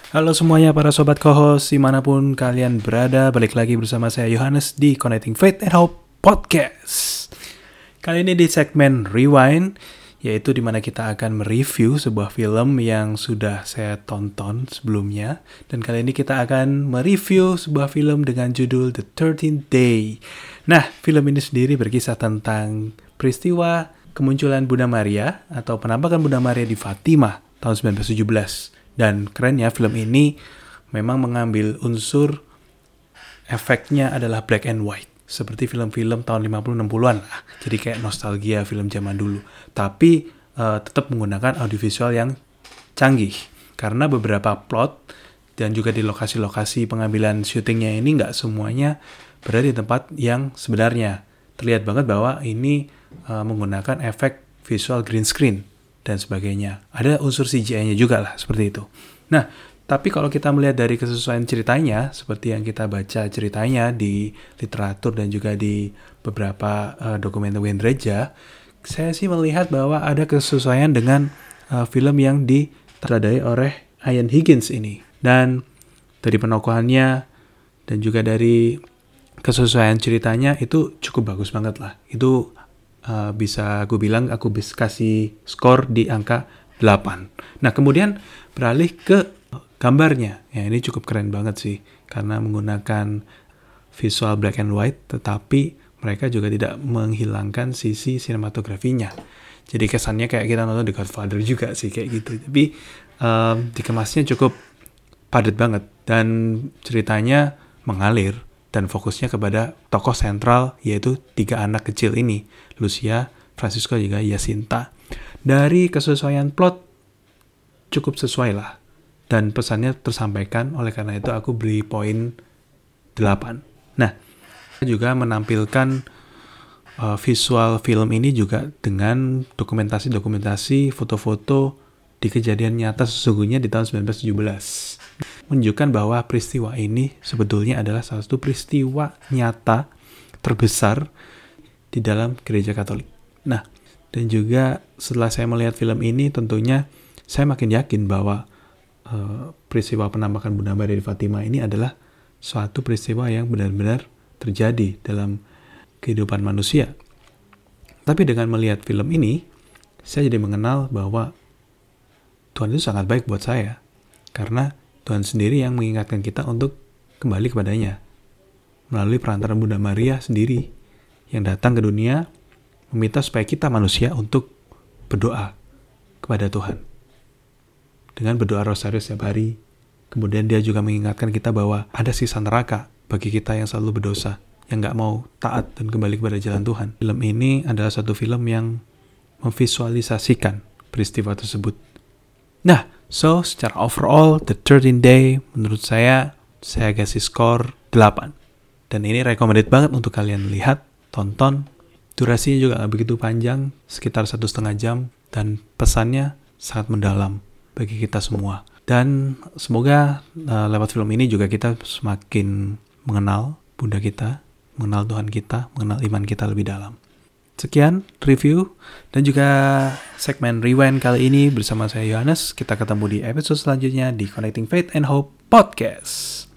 Halo semuanya para sobat co-host dimanapun kalian berada, balik lagi bersama saya Yohanes di Connecting Faith and Hope Podcast. Kali ini di segmen Rewind, yaitu dimana kita akan mereview sebuah film yang sudah saya tonton sebelumnya. Dan kali ini kita akan mereview sebuah film dengan judul The 13th Day. Nah, film ini sendiri berkisah tentang peristiwa kemunculan Bunda Maria atau penampakan Bunda Maria di Fatima tahun 1917. Dan kerennya film ini memang mengambil unsur efeknya adalah black and white. Seperti film-film tahun 50-60an lah. Jadi kayak nostalgia film zaman dulu. Tapi tetap menggunakan audiovisual yang canggih. Karena beberapa plot dan juga di lokasi-lokasi pengambilan syutingnya ini nggak semuanya berada di tempat yang sebenarnya. Terlihat banget bahwa ini menggunakan efek visual green screen dan sebagainya. Ada unsur CGI-nya juga lah, seperti itu. Nah, tapi kalau kita melihat dari kesesuaian ceritanya, seperti yang kita baca ceritanya di literatur dan juga di beberapa dokumen gereja, saya sih melihat bahwa ada kesesuaian dengan film yang diteradai oleh Ian Higgins ini. Dan dari penokohannya dan juga dari kesesuaian ceritanya itu cukup bagus banget lah. Itu bisa aku bilang aku bisa kasih skor di angka 8. Nah, kemudian beralih ke gambarnya. Ya, ini cukup keren banget sih karena menggunakan visual black and white, tetapi mereka juga tidak menghilangkan sisi sinematografinya. Jadi kesannya kayak kita nonton The Godfather juga sih kayak gitu. Tapi dikemasnya cukup padat banget dan ceritanya mengalir. Dan fokusnya kepada tokoh sentral, yaitu 3 anak kecil ini, Lucia, Francisco, juga Jacinta. Dari kesesuaian plot, cukup sesuai lah. Dan pesannya tersampaikan, oleh karena itu aku beri poin 8. Nah, juga menampilkan visual film ini juga dengan dokumentasi-dokumentasi, foto-foto di kejadian nyata sesungguhnya di tahun 1917. Menunjukkan bahwa peristiwa ini sebetulnya adalah salah satu peristiwa nyata terbesar di dalam gereja Katolik. Nah, dan juga setelah saya melihat film ini, tentunya saya makin yakin bahwa peristiwa penampakan Bunda Maria di Fatima ini adalah suatu peristiwa yang benar-benar terjadi dalam kehidupan manusia. Tapi dengan melihat film ini, saya jadi mengenal bahwa Tuhan itu sangat baik buat saya. Karena Tuhan sendiri yang mengingatkan kita untuk kembali kepadanya. Melalui perantaran Bunda Maria sendiri yang datang ke dunia meminta supaya kita manusia untuk berdoa kepada Tuhan. Dengan berdoa rosario setiap hari. Kemudian dia juga mengingatkan kita bahwa ada sisa neraka bagi kita yang selalu berdosa, yang gak mau taat dan kembali kepada jalan Tuhan. Film ini adalah satu film yang memvisualisasikan peristiwa tersebut. Nah, so secara overall, The 13th Day menurut saya kasih skor 8. Dan ini recommended banget untuk kalian lihat, tonton. Durasinya juga gak begitu panjang, sekitar 1,5 jam. Dan pesannya sangat mendalam bagi kita semua. Dan semoga lewat film ini juga kita semakin mengenal Bunda kita, mengenal Tuhan kita, mengenal iman kita lebih dalam. Sekian review dan juga segmen Rewind kali ini bersama saya Yohanes. Kita ketemu di episode selanjutnya di Connecting Faith and Hope Podcast.